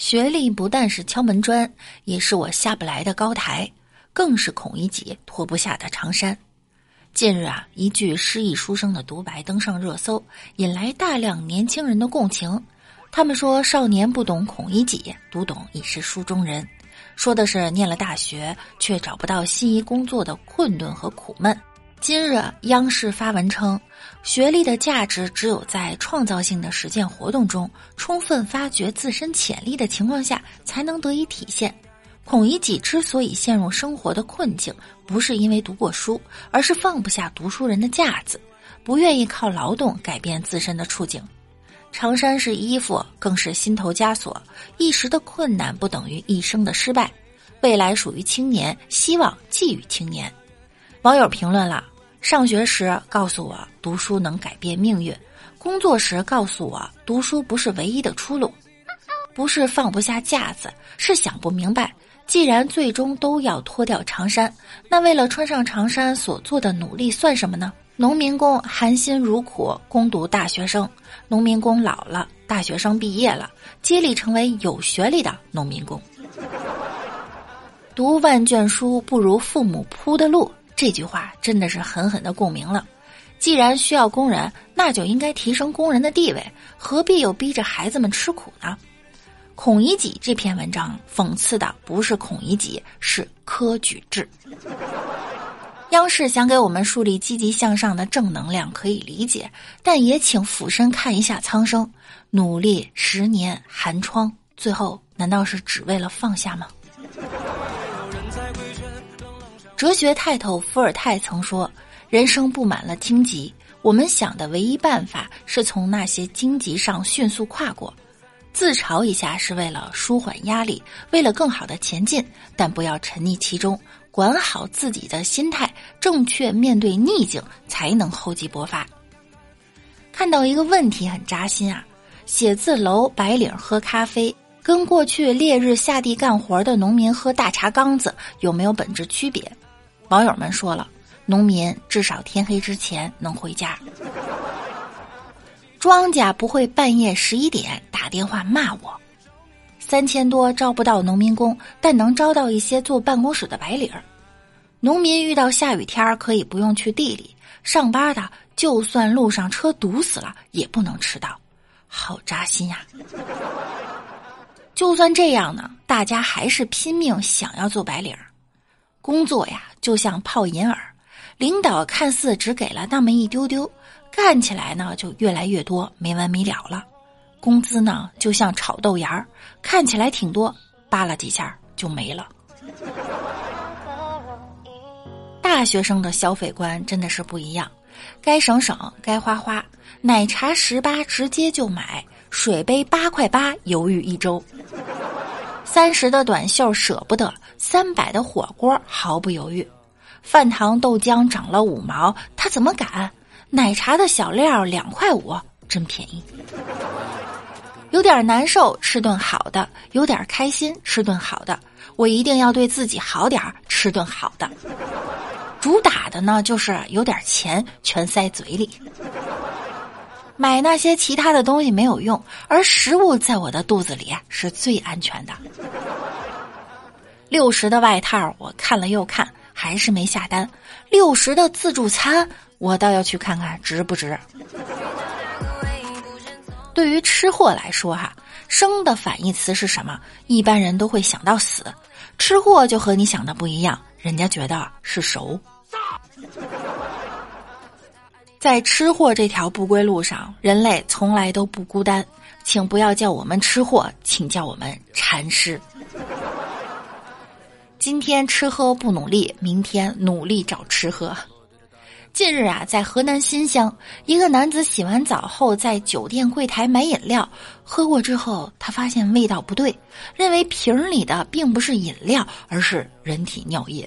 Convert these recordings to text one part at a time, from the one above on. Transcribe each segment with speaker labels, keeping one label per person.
Speaker 1: 学历不但是敲门砖，也是我下不来的高台，更是孔乙己脱不下的长衫。近日一句失意书生的独白登上热搜，引来大量年轻人的共情。他们说少年不懂孔乙己，读懂已是书中人，说的是念了大学却找不到心仪工作的困顿和苦闷。今日央视发文称，学历的价值只有在创造性的实践活动中充分发掘自身潜力的情况下才能得以体现。孔乙己之所以陷入生活的困境，不是因为读过书，而是放不下读书人的架子，不愿意靠劳动改变自身的处境。长衫是衣服，更是心头枷锁，一时的困难不等于一生的失败，未来属于青年，希望寄予青年。网友评论了，上学时告诉我读书能改变命运，工作时告诉我读书不是唯一的出路。不是放不下架子，是想不明白，既然最终都要脱掉长衫，那为了穿上长衫所做的努力算什么呢？农民工含辛茹苦攻读大学生，农民工老了，大学生毕业了，接力成为有学历的农民工。读万卷书不如父母铺的路，这句话真的是狠狠的共鸣了。既然需要工人，那就应该提升工人的地位，何必又逼着孩子们吃苦呢？孔乙己这篇文章讽刺的不是孔乙己，是科举制。央视想给我们树立积极向上的正能量可以理解，但也请俯身看一下苍生，努力10年寒窗，最后难道是只为了放下吗？哲学泰斗伏尔泰曾说，人生布满了荆棘，我们想的唯一办法是从那些荆棘上迅速跨过。自嘲一下是为了舒缓压力，为了更好的前进，但不要沉溺其中，管好自己的心态，正确面对逆境，才能厚积薄发。看到一个问题很扎心写字楼白领喝咖啡跟过去烈日下地干活的农民喝大茶缸子有没有本质区别？网友们说了，农民至少天黑之前能回家。庄家不会半夜11点打电话骂我，3000多招不到农民工，但能招到一些坐办公室的白领。农民遇到下雨天可以不用去地里，上班的就算路上车堵死了也不能迟到，好扎心呀。就算这样呢，大家还是拼命想要做白领。工作呀就像泡银耳，领导看似只给了那么一丢丢，干起来呢就越来越多，没完没了了。工资呢就像炒豆芽，看起来挺多，扒拉几下就没了。大学生的消费观真的是不一样，该省省，该花花，奶茶18直接就买，水杯8块8犹豫1周，30的短袖舍不得，300的火锅毫不犹豫，饭堂豆浆涨了5毛，他怎么敢？奶茶的小料2块5，真便宜。有点难受吃顿好的，有点开心吃顿好的，我一定要对自己好点，吃顿好的。主打的呢就是有点钱全塞嘴里。买那些其他的东西没有用，而食物在我的肚子里是最安全的。60的外套我看了又看，还是没下单。60的自助餐我倒要去看看值不值。对于吃货来说生的反义词是什么？一般人都会想到死，吃货就和你想的不一样，人家觉得是熟。在吃货这条不归路上，人类从来都不孤单，请不要叫我们吃货，请叫我们禅师。今天吃喝不努力，明天努力找吃喝。近日在河南新乡，一个男子洗完澡后在酒店柜台买饮料，喝过之后他发现味道不对，认为瓶里的并不是饮料，而是人体尿液。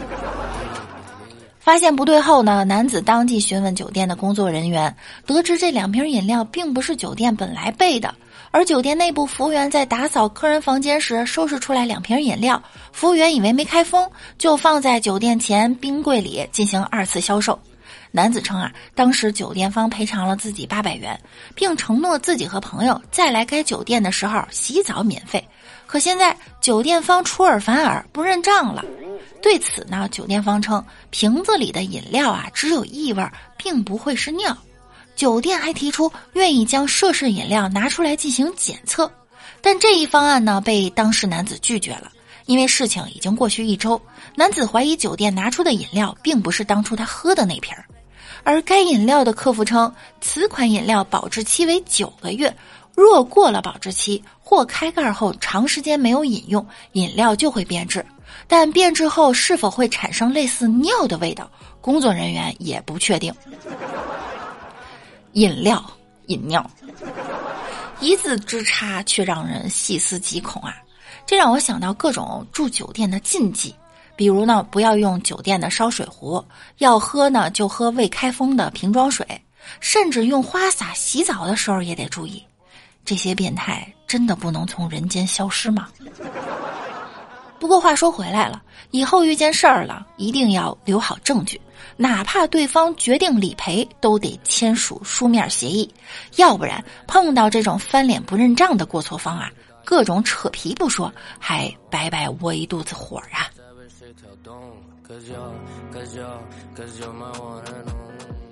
Speaker 1: 发现不对后呢，男子当即询问酒店的工作人员，得知这2瓶饮料并不是酒店本来备的，而酒店内部服务员在打扫客人房间时收拾出来2瓶饮料，服务员以为没开封，就放在酒店前冰柜里进行2次销售。 男子称啊，当时酒店方赔偿了自己800元，并承诺自己和朋友再来该酒店的时候洗澡免费。可现在酒店方出尔反尔，不认账了。对此呢，酒店方称瓶子里的饮料啊只有异味，并不会是尿。酒店还提出愿意将涉事饮料拿出来进行检测，但这一方案呢被当事男子拒绝了。因为事情已经过去1周，男子怀疑酒店拿出的饮料并不是当初他喝的那瓶儿，而该饮料的客服称，此款饮料保质期为9个月，若过了保质期或开盖后长时间没有饮用，饮料就会变质，但变质后是否会产生类似尿的味道，工作人员也不确定。饮料饮尿，一字之差却让人细思极恐啊！这让我想到各种住酒店的禁忌，比如呢，不要用酒店的烧水壶，要喝呢就喝未开封的瓶装水，甚至用花洒洗澡的时候也得注意。这些变态真的不能从人间消失吗？不过话说回来了，以后遇见事儿了，一定要留好证据，哪怕对方决定理赔，都得签署书面协议，要不然碰到这种翻脸不认账的过错方啊，各种扯皮不说，还白白窝一肚子火啊。